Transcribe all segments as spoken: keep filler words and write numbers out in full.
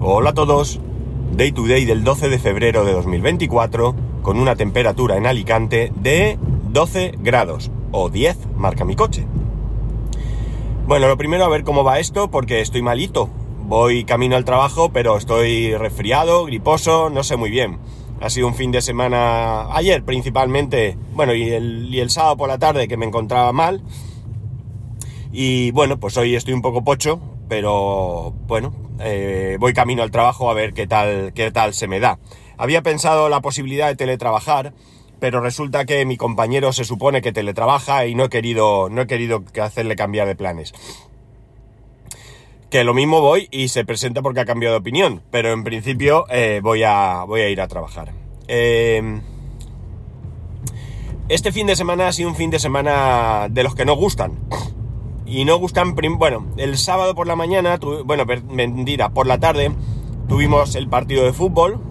Hola a todos, Day to Day del doce de febrero de dos mil veinticuatro, con una temperatura en Alicante de doce grados, o diez, marca mi coche. Bueno, lo primero a ver cómo va esto, porque estoy malito. Voy camino al trabajo, pero estoy resfriado, griposo, no sé muy bien. Ha sido un fin de semana, ayer principalmente, bueno, y el, y el sábado por la tarde que me encontraba mal. Y bueno, pues hoy estoy un poco pocho, pero bueno, eh, voy camino al trabajo a ver qué tal, qué tal se me da. Había pensado la posibilidad de teletrabajar, pero resulta que mi compañero se supone que teletrabaja y no he querido, no he querido hacerle cambiar de planes. Que lo mismo voy y se presenta porque ha cambiado de opinión, pero en principio eh, voy a, voy a ir a trabajar. Eh, este fin de semana ha sido un fin de semana de los que no gustan. Y no gustan, prim- bueno, el sábado por la mañana, tu- bueno, mentira, por la tarde tuvimos el partido de fútbol.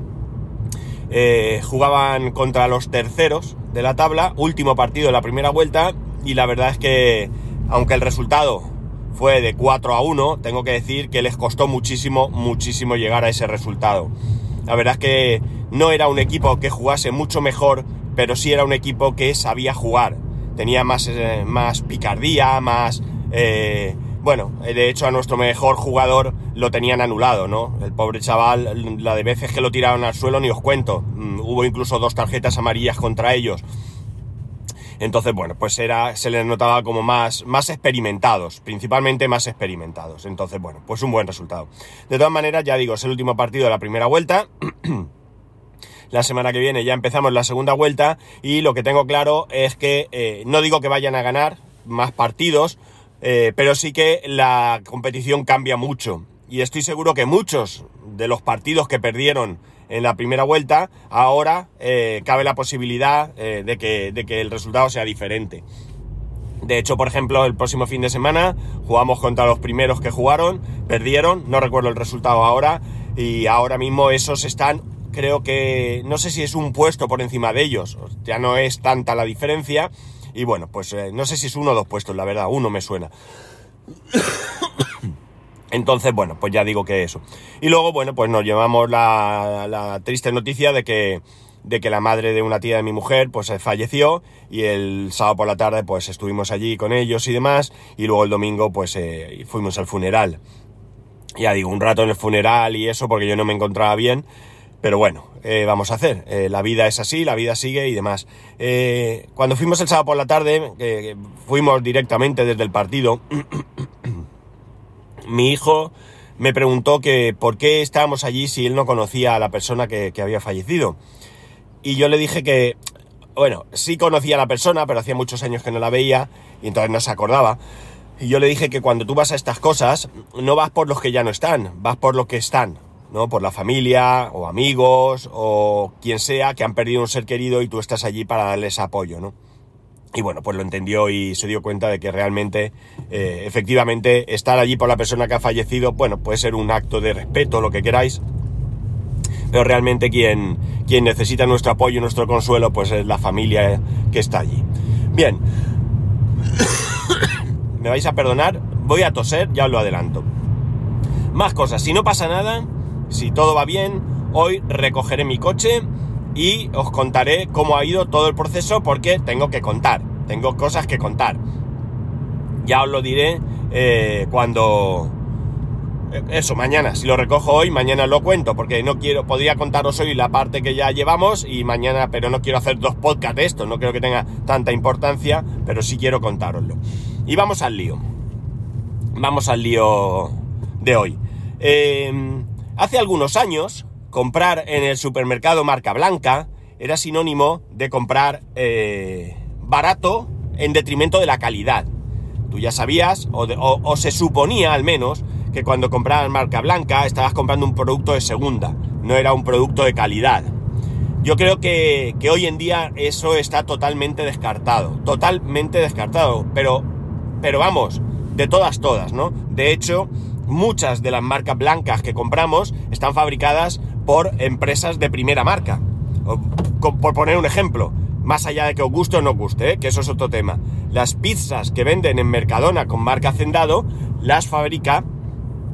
Eh, jugaban contra los terceros de la tabla, último partido de la primera vuelta, y la verdad es que, aunque el resultado fue de cuatro a uno, tengo que decir que les costó muchísimo, muchísimo llegar a ese resultado. La verdad es que no era un equipo que jugase mucho mejor, pero sí era un equipo que sabía jugar. Tenía más, eh, más picardía, más... Eh, bueno, de hecho a nuestro mejor jugador lo tenían anulado, ¿no? El pobre chaval, la de veces que lo tiraron al suelo ni os cuento. Mm, hubo incluso dos tarjetas amarillas contra ellos. Entonces, bueno, pues era, se les notaba como más, más experimentados, principalmente más experimentados. Entonces, bueno, pues un buen resultado. De todas maneras, ya digo, es el último partido de la primera vuelta. La semana que viene ya empezamos la segunda vuelta y lo que tengo claro es que eh, no digo que vayan a ganar más partidos, eh, pero sí que la competición cambia mucho. Y estoy seguro que muchos de los partidos que perdieron en la primera vuelta, ahora eh, cabe la posibilidad eh, de que, de que el resultado sea diferente. De hecho, por ejemplo, el próximo fin de semana jugamos contra los primeros que jugaron, perdieron, no recuerdo el resultado ahora, y ahora mismo esos están, creo que, no sé si es un puesto por encima de ellos, ya no es tanta la diferencia, y bueno, pues eh, no sé si es uno o dos puestos, la verdad, uno me suena. Entonces, bueno, pues ya digo que eso. Y luego, bueno, pues nos llevamos la, la triste noticia de que, de que la madre de una tía de mi mujer, pues falleció, y el sábado por la tarde, pues estuvimos allí con ellos y demás, y luego el domingo, pues eh, fuimos al funeral. Ya digo, un rato en el funeral y eso, porque yo no me encontraba bien, pero bueno, eh, vamos a hacer. Eh, la vida es así, la vida sigue y demás. Eh, cuando fuimos el sábado por la tarde, eh, fuimos directamente desde el partido. Mi hijo me preguntó que por qué estábamos allí si él no conocía a la persona que, que había fallecido. Y yo le dije que, bueno, sí conocía a la persona, pero hacía muchos años que no la veía y entonces no se acordaba. Y yo le dije que cuando tú vas a estas cosas, no vas por los que ya no están, vas por los que están, ¿no? Por la familia, o amigos, o quien sea que han perdido un ser querido y tú estás allí para darles apoyo, ¿no? Y bueno, pues lo entendió y se dio cuenta de que realmente, eh, efectivamente, estar allí por la persona que ha fallecido, bueno, puede ser un acto de respeto, lo que queráis, pero realmente quien, quien necesita nuestro apoyo y nuestro consuelo, pues es la familia que está allí. Bien, me vais a perdonar, voy a toser, ya os lo adelanto. Más cosas, si no pasa nada, si todo va bien, hoy recogeré mi coche y os contaré cómo ha ido todo el proceso, porque tengo que contar, tengo cosas que contar. Ya os lo diré eh, cuando... Eso, mañana, si lo recojo hoy, mañana lo cuento, porque no quiero, podría contaros hoy la parte que ya llevamos y mañana, pero no quiero hacer dos podcasts de esto, no creo que tenga tanta importancia, pero sí quiero contároslo. Y vamos al lío. Vamos al lío de hoy. Eh, hace algunos años, comprar en el supermercado marca blanca era sinónimo de comprar eh, barato en detrimento de la calidad. Tú ya sabías, o, de, o, o se suponía al menos, que cuando comprabas marca blanca estabas comprando un producto de segunda, no era un producto de calidad. Yo creo que, que hoy en día eso está totalmente descartado, totalmente descartado, pero, pero vamos, de todas, todas, ¿no? De hecho, muchas de las marcas blancas que compramos están fabricadas por empresas de primera marca. Por poner un ejemplo, más allá de que os guste o no os guste, ¿eh? Que eso es otro tema. Las pizzas que venden en Mercadona con marca Hacendado las fabrica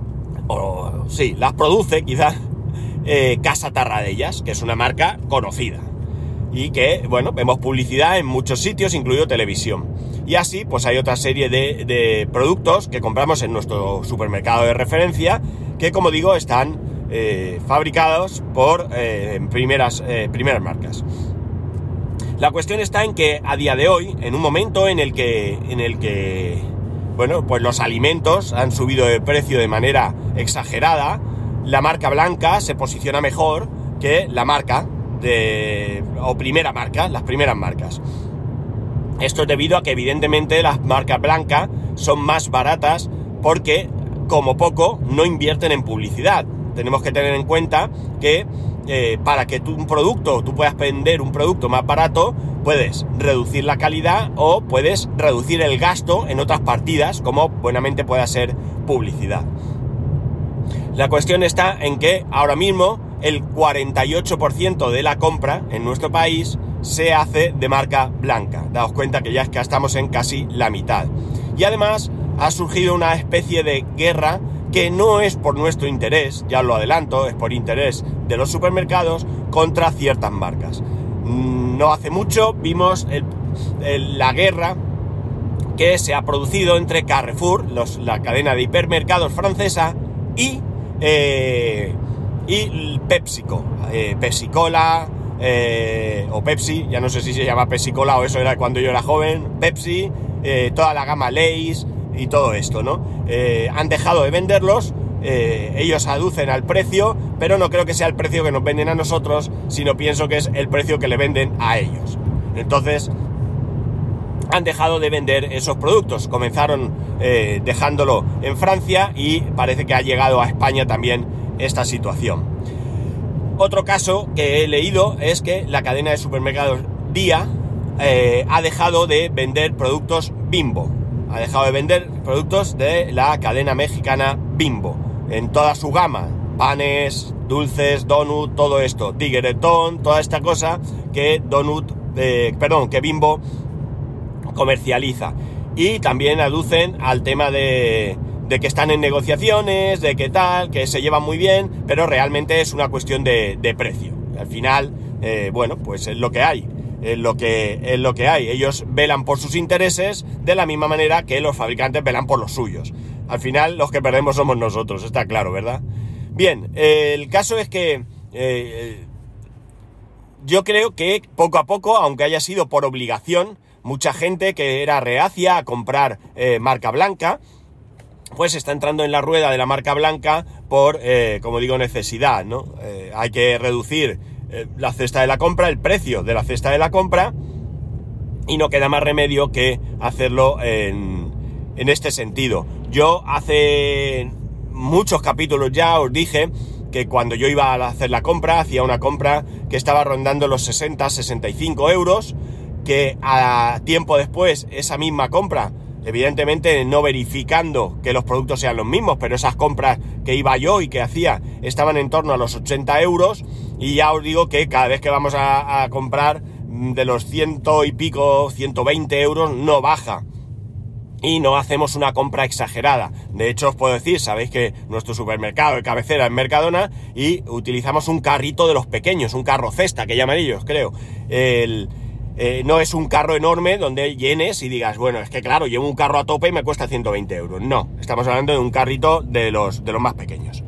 o sí, las produce quizás eh, Casa Tarradellas, que es una marca conocida. Y que, bueno, vemos publicidad en muchos sitios, incluido televisión. Y así, pues hay otra serie de, de productos que compramos en nuestro supermercado de referencia, que como digo, están eh, fabricados por eh, primeras, eh, primeras marcas. La cuestión está en que a día de hoy, en un momento en el que, en el que, bueno, pues los alimentos han subido de precio de manera exagerada, la marca blanca se posiciona mejor que la marca de, o primera marca, las primeras marcas. Esto es debido a que evidentemente las marcas blancas son más baratas porque, como poco, no invierten en publicidad. Tenemos que tener en cuenta que eh, para que tú, un producto, tú puedas vender un producto más barato, puedes reducir la calidad o puedes reducir el gasto en otras partidas, como buenamente pueda ser publicidad. La cuestión está en que ahora mismo el cuarenta y ocho por ciento de la compra en nuestro país se hace de marca blanca. Daos cuenta que ya es que estamos en casi la mitad. Y además ha surgido una especie de guerra que no es por nuestro interés, ya lo adelanto, es por interés de los supermercados contra ciertas marcas. No hace mucho vimos el, el, la guerra que se ha producido entre Carrefour, los, la cadena de hipermercados francesa, y, eh, y PepsiCo, eh, Pepsi-Cola, eh, o Pepsi, ya no sé si se llama Pepsi-Cola o eso era cuando yo era joven, Pepsi, eh, toda la gama Lay's y todo esto, ¿no? Eh, han dejado de venderlos, eh, ellos aducen al precio, pero no creo que sea el precio que nos venden a nosotros, sino pienso que es el precio que le venden a ellos. Entonces, han dejado de vender esos productos. Comenzaron eh, dejándolo en Francia y parece que ha llegado a España también esta situación. Otro caso que he leído es que la cadena de supermercados Día eh, ha dejado de vender productos Bimbo. Ha dejado de vender productos de la cadena mexicana Bimbo en toda su gama, panes, dulces, donut, todo esto, tigueretón, toda esta cosa que donut, eh, perdón, que Bimbo comercializa. Y también aducen al tema de, de que están en negociaciones, de que tal, que se llevan muy bien, pero realmente es una cuestión de, de precio. Al final, eh, bueno, pues es lo que hay. Es lo que, es lo que hay. Ellos velan por sus intereses de la misma manera que los fabricantes velan por los suyos. Al final los que perdemos somos nosotros, está claro, ¿verdad? Bien, eh, el caso es que eh, yo creo que poco a poco, aunque haya sido por obligación, mucha gente que era reacia a comprar eh, marca blanca, pues está entrando en la rueda de la marca blanca por, eh, como digo, necesidad, ¿no? Eh, hay que reducir la cesta de la compra, el precio de la cesta de la compra, y no queda más remedio que hacerlo en, en este sentido. Yo hace muchos capítulos ya os dije que cuando yo iba a hacer la compra, hacía una compra que estaba rondando los sesenta, sesenta y cinco euros, que a tiempo después esa misma compra, evidentemente no verificando que los productos sean los mismos, pero esas compras que iba yo y que hacía estaban en torno a los ochenta euros, y ya os digo que cada vez que vamos a, a comprar de los ciento y pico, ciento veinte euros no baja, y no hacemos una compra exagerada. De hecho os puedo decir, sabéis que nuestro supermercado de cabecera es Mercadona y utilizamos un carrito de los pequeños, un carro cesta que llaman ellos, creo. El... Eh, no es un carro enorme donde llenes y digas, bueno, es que claro, llevo un carro a tope y me cuesta ciento veinte euros. No, estamos hablando de un carrito de los, de los más pequeños.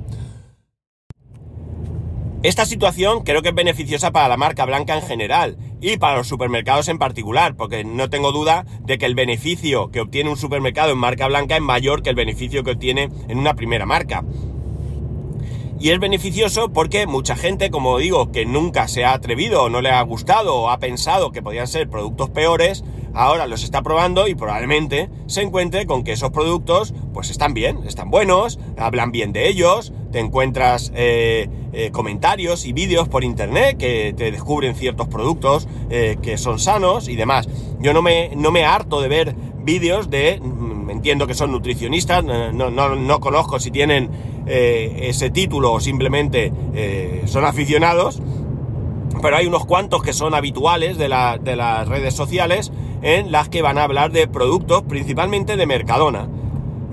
Esta situación creo que es beneficiosa para la marca blanca en general y para los supermercados en particular, porque no tengo duda de que el beneficio que obtiene un supermercado en marca blanca es mayor que el beneficio que obtiene en una primera marca. Y es beneficioso porque mucha gente, como digo, que nunca se ha atrevido o no le ha gustado o ha pensado que podían ser productos peores, ahora los está probando y probablemente se encuentre con que esos productos pues están bien, están buenos, hablan bien de ellos, te encuentras eh, eh, comentarios y vídeos por internet que te descubren ciertos productos eh, que son sanos y demás. Yo no me, no me harto de ver vídeos de, entiendo que son nutricionistas, no, no, no conozco si tienen eh, ese título o simplemente eh, son aficionados, pero hay unos cuantos que son habituales de, la, de las redes sociales en las que van a hablar de productos principalmente de Mercadona.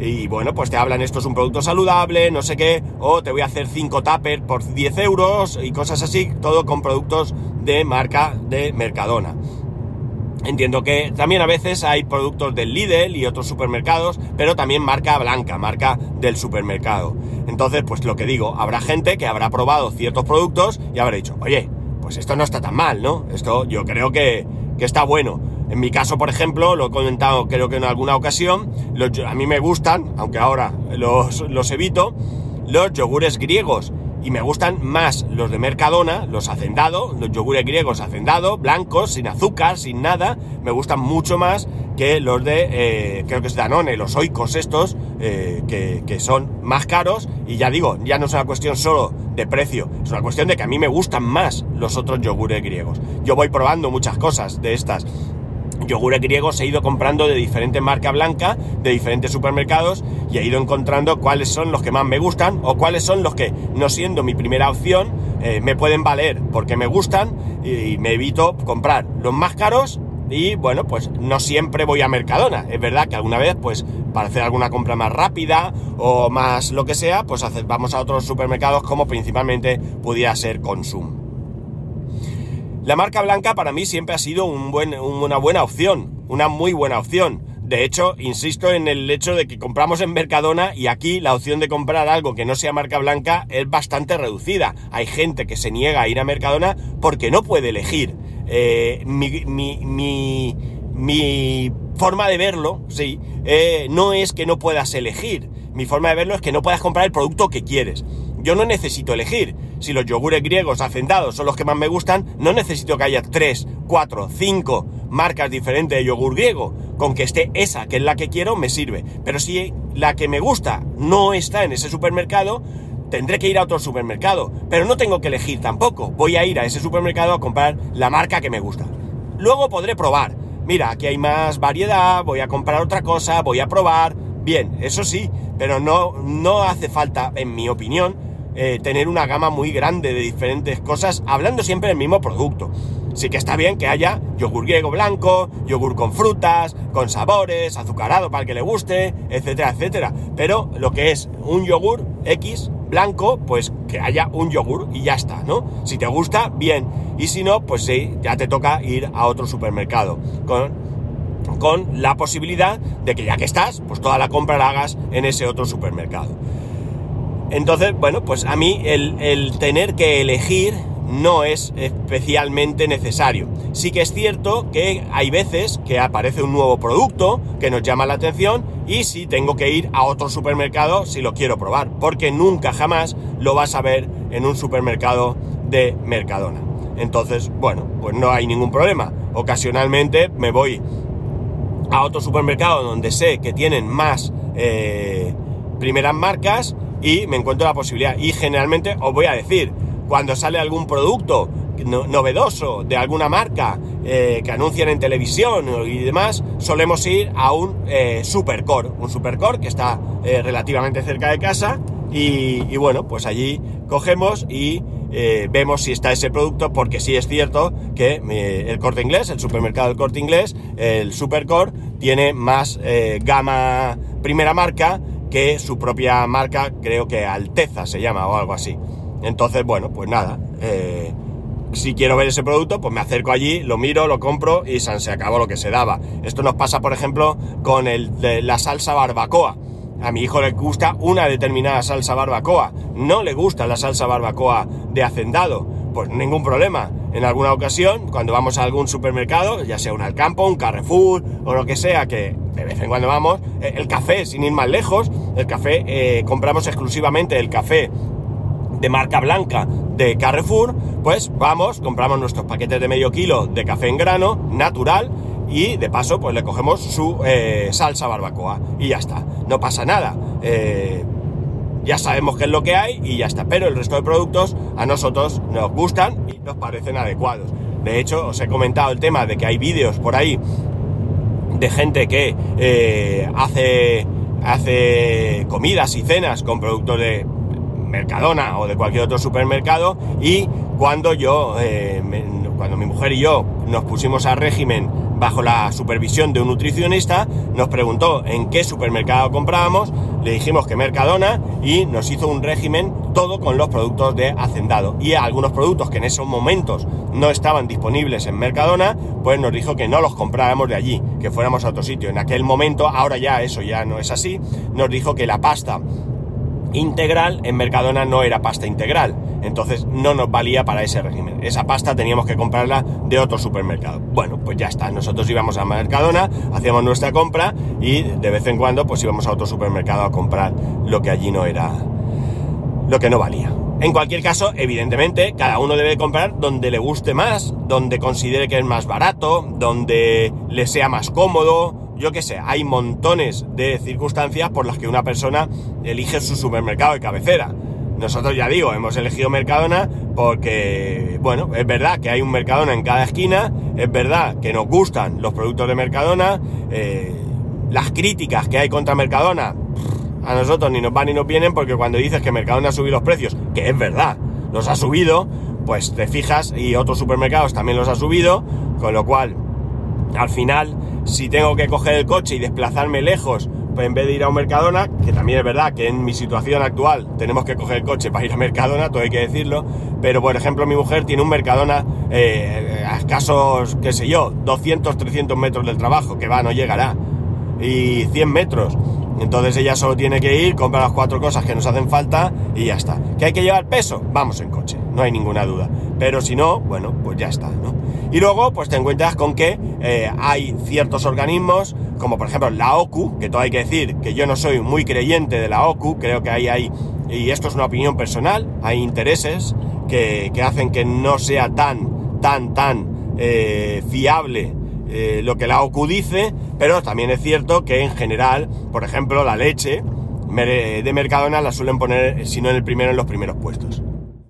y bueno, pues te hablan esto es un producto saludable, no sé qué, o te voy a hacer cinco tuppers por diez euros y cosas así, todo con productos de marca de Mercadona. Entiendo que también a veces hay productos del Lidl y otros supermercados, pero también marca blanca, marca del supermercado. Entonces, pues lo que digo, habrá gente que habrá probado ciertos productos y habrá dicho, oye, pues esto no está tan mal, ¿no? Esto yo creo que, que está bueno. En mi caso, por ejemplo, lo he comentado creo que en alguna ocasión, los, a mí me gustan, aunque ahora los, los evito, los yogures griegos. Y me gustan más los de Mercadona, los Hacendado, los yogures griegos Hacendado, blancos, sin azúcar, sin nada. Me gustan mucho más que los de, eh, creo que es Danone, los Oikos estos, eh, que, que son más caros. Y ya digo, ya no es una cuestión solo de precio, es una cuestión de que a mí me gustan más los otros yogures griegos. Yo voy probando muchas cosas de estas yogures griegos, he ido comprando de diferentes marcas blancas, de diferentes supermercados, y he ido encontrando cuáles son los que más me gustan o cuáles son los que, no siendo mi primera opción, eh, me pueden valer porque me gustan, y me evito comprar los más caros. Y bueno, pues no siempre voy a Mercadona. Es verdad que alguna vez, pues para hacer alguna compra más rápida o más lo que sea, pues hacer, vamos a otros supermercados como principalmente pudiera ser Consum. La marca blanca para mí siempre ha sido un buen, una buena opción, una muy buena opción. De hecho, insisto en el hecho de que compramos en Mercadona y aquí la opción de comprar algo que no sea marca blanca es bastante reducida. Hay gente que se niega a ir a Mercadona porque no puede elegir. Eh, mi, mi, mi, mi forma de verlo, sí, eh, no es que no puedas elegir. Mi forma de verlo es que no puedas comprar el producto que quieres. Yo no necesito elegir. Si los yogures griegos Hacendados son los que más me gustan, no necesito que haya tres, cuatro, cinco marcas diferentes de yogur griego. Con que esté esa, que es la que quiero, me sirve. Pero si la que me gusta no está en ese supermercado, tendré que ir a otro supermercado. Pero no tengo que elegir tampoco. Voy a ir a ese supermercado a comprar la marca que me gusta. Luego podré probar. Mira, aquí hay más variedad, voy a comprar otra cosa, voy a probar. Bien, eso sí, pero no, no hace falta, en mi opinión, eh, tener una gama muy grande de diferentes cosas, hablando siempre del mismo producto. Sí que está bien que haya yogur griego blanco, yogur con frutas, con sabores, azucarado para el que le guste, etcétera, etcétera. Pero lo que es un yogur X blanco, pues que haya un yogur y ya está, ¿no? Si te gusta, bien. Y si no, pues sí, ya te toca ir a otro supermercado. Con... con la posibilidad de que ya que estás, pues toda la compra la hagas en ese otro supermercado. Entonces, bueno, pues a mí el, el tener que elegir no es especialmente necesario. Sí que es cierto que hay veces que aparece un nuevo producto que nos llama la atención y sí tengo que ir a otro supermercado si lo quiero probar, porque nunca jamás lo vas a ver en un supermercado de Mercadona. Entonces, bueno, pues no hay ningún problema. Ocasionalmente me voy a otro supermercado donde sé que tienen más eh, primeras marcas y me encuentro la posibilidad. Y generalmente os voy a decir, cuando sale algún producto no, novedoso de alguna marca eh, que anuncian en televisión y demás, solemos ir a un eh, Supercore, un Supercore que está eh, relativamente cerca de casa y, y bueno, pues allí cogemos y eh, vemos si está ese producto, porque sí es cierto que eh, el Corte Inglés, el supermercado del Corte Inglés, el Supercore, tiene más eh, gama primera marca que su propia marca, creo que Alteza se llama o algo así. Entonces, bueno, pues nada, eh, si quiero ver ese producto, pues me acerco allí, lo miro, lo compro y se acabó lo que se daba. Esto nos pasa, por ejemplo, con el, de la salsa barbacoa. A mi hijo le gusta una determinada salsa barbacoa, no le gusta la salsa barbacoa de Hacendado. Pues ningún problema. En alguna ocasión, cuando vamos a algún supermercado, ya sea un Alcampo, un Carrefour o lo que sea, que de vez en cuando vamos, el café, sin ir más lejos, el café, eh, compramos exclusivamente el café de marca blanca de Carrefour, pues vamos, compramos nuestros paquetes de medio kilo de café en grano, natural, y de paso pues le cogemos su eh, salsa barbacoa y ya está, no pasa nada, eh, ya sabemos qué es lo que hay y ya está. Pero el resto de productos a nosotros nos gustan y nos parecen adecuados. De hecho, os he comentado el tema de que hay vídeos por ahí de gente que eh, hace, hace comidas y cenas con productos de Mercadona o de cualquier otro supermercado, y cuando yo, eh, me, cuando mi mujer y yo nos pusimos a régimen bajo la supervisión de un nutricionista, nos preguntó en qué supermercado comprábamos, le dijimos que Mercadona y nos hizo un régimen todo con los productos de Hacendado. Y algunos productos que en esos momentos no estaban disponibles en Mercadona, pues nos dijo que no los compráramos de allí, que fuéramos a otro sitio. En aquel momento, ahora ya eso ya no es así, nos dijo que la pasta integral en Mercadona no era pasta integral, entonces no nos valía para ese régimen. Esa pasta teníamos que comprarla de otro supermercado. Bueno, pues ya está, nosotros íbamos a Mercadona, hacíamos nuestra compra y de vez en cuando pues íbamos a otro supermercado a comprar lo que allí no era, lo que no valía. En cualquier caso, evidentemente, cada uno debe comprar donde le guste más, donde considere que es más barato, donde le sea más cómodo. Yo qué sé, hay montones de circunstancias por las que una persona elige su supermercado de cabecera. Nosotros, ya digo, hemos elegido Mercadona porque, bueno, es verdad que hay un Mercadona en cada esquina, es verdad que nos gustan los productos de Mercadona, eh, las críticas que hay contra Mercadona, a nosotros ni nos van ni nos vienen, porque cuando dices que Mercadona ha subido los precios, que es verdad, los ha subido, pues te fijas y otros supermercados también los ha subido, con lo cual, al final, si tengo que coger el coche y desplazarme lejos, pues en vez de ir a un Mercadona, que también es verdad que en mi situación actual tenemos que coger el coche para ir a Mercadona, todo hay que decirlo, pero por ejemplo mi mujer tiene un Mercadona eh, a escasos, qué sé yo, doscientos, trescientos metros del trabajo, que va, no llegará, y cien metros. Entonces ella solo tiene que ir, compra las cuatro cosas que nos hacen falta y ya está. ¿Que hay que llevar peso? Vamos en coche, no hay ninguna duda. Pero si no, bueno, pues ya está, ¿no? Y luego, pues te encuentras con que eh, hay ciertos organismos, como por ejemplo la O C U, que todo hay que decir que yo no soy muy creyente de la O C U, creo que ahí hay, y esto es una opinión personal, hay intereses que, que hacen que no sea tan, tan, tan eh, fiable Eh, lo que la O C U dice, pero también es cierto que en general, por ejemplo, la leche de Mercadona la suelen poner, si no en el primero, en los primeros puestos.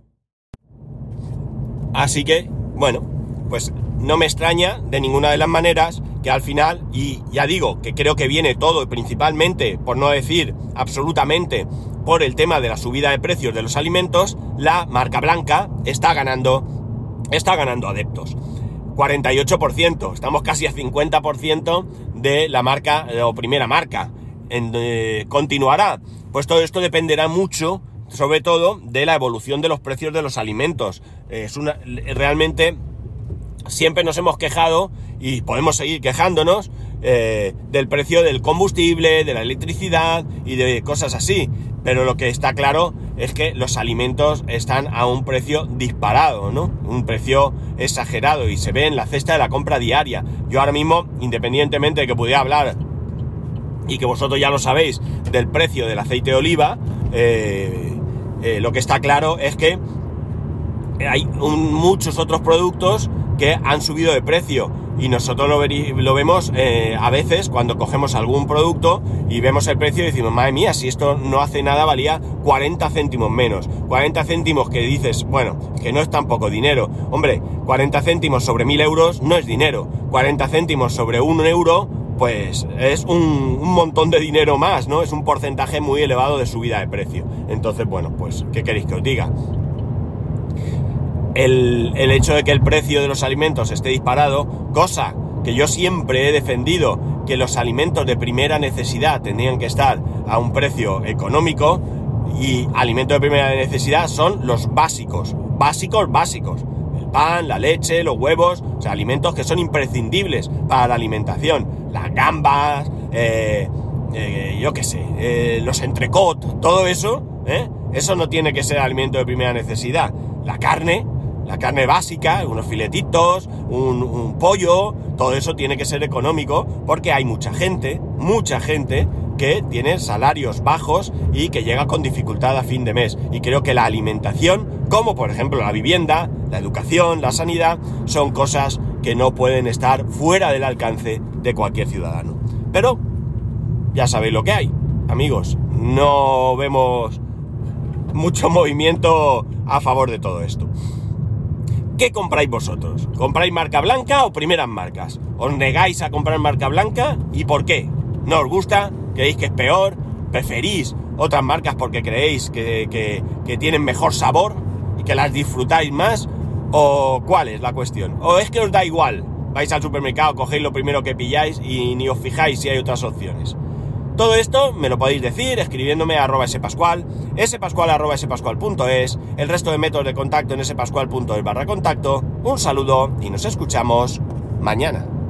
Así que, bueno, pues no me extraña de ninguna de las maneras que al final, y ya digo que creo que viene todo principalmente, por no decir absolutamente, por el tema de la subida de precios de los alimentos, la marca blanca está ganando, está ganando adeptos. cuarenta y ocho por ciento, estamos casi a cincuenta por ciento de la marca, o primera marca. En, eh, ¿Continuará? Pues todo esto dependerá mucho, sobre todo, de la evolución de los precios de los alimentos. Eh, es una, realmente siempre nos hemos quejado, y podemos seguir quejándonos, eh, del precio del combustible, de la electricidad y de cosas así. Pero lo que está claro es que los alimentos están a un precio disparado, ¿no? Un precio exagerado, y se ve en la cesta de la compra diaria. Yo ahora mismo, independientemente de que pudiera hablar, y que vosotros ya lo sabéis, del precio del aceite de oliva, eh, eh, lo que está claro es que hay un, muchos otros productos que han subido de precio. Y nosotros lo, veri- lo vemos eh, a veces cuando cogemos algún producto y vemos el precio y decimos, madre mía, si esto no hace nada valía cuarenta céntimos menos. cuarenta céntimos que dices, bueno, que no es tampoco dinero. Hombre, cuarenta céntimos sobre mil euros no es dinero. cuarenta céntimos sobre un euro, pues es un, un montón de dinero más, ¿no? Es un porcentaje muy elevado de subida de precio. Entonces, bueno, pues, ¿qué queréis que os diga? El, el hecho de que el precio de los alimentos esté disparado, cosa que yo siempre he defendido, que los alimentos de primera necesidad tendrían que estar a un precio económico, y alimentos de primera necesidad son los básicos, básicos, básicos, el pan, la leche, los huevos, o sea, alimentos que son imprescindibles para la alimentación, las gambas, eh, eh, yo qué sé, eh, los entrecot, todo eso, ¿eh? Eso no tiene que ser alimento de primera necesidad. La carne, la carne básica, unos filetitos, un, un pollo, todo eso tiene que ser económico, porque hay mucha gente, mucha gente que tiene salarios bajos y que llega con dificultad a fin de mes. Y creo que la alimentación, como por ejemplo la vivienda, la educación, la sanidad, son cosas que no pueden estar fuera del alcance de cualquier ciudadano. Pero ya sabéis lo que hay, amigos, no vemos mucho movimiento a favor de todo esto. ¿Qué compráis vosotros? ¿Compráis marca blanca o primeras marcas? ¿Os negáis a comprar marca blanca? ¿Y por qué? ¿No os gusta? ¿Creéis que es peor? ¿Preferís otras marcas porque creéis que, que, que tienen mejor sabor y que las disfrutáis más? ¿O cuál es la cuestión? ¿O es que os da igual vais al supermercado, cogéis lo primero que pilláis y ni os fijáis si hay otras opciones. Todo esto me lo podéis decir escribiéndome a arroba spascual, spascual arroba spascual punto es, el resto de métodos de contacto en spascual punto es barra contacto. Un saludo y nos escuchamos mañana.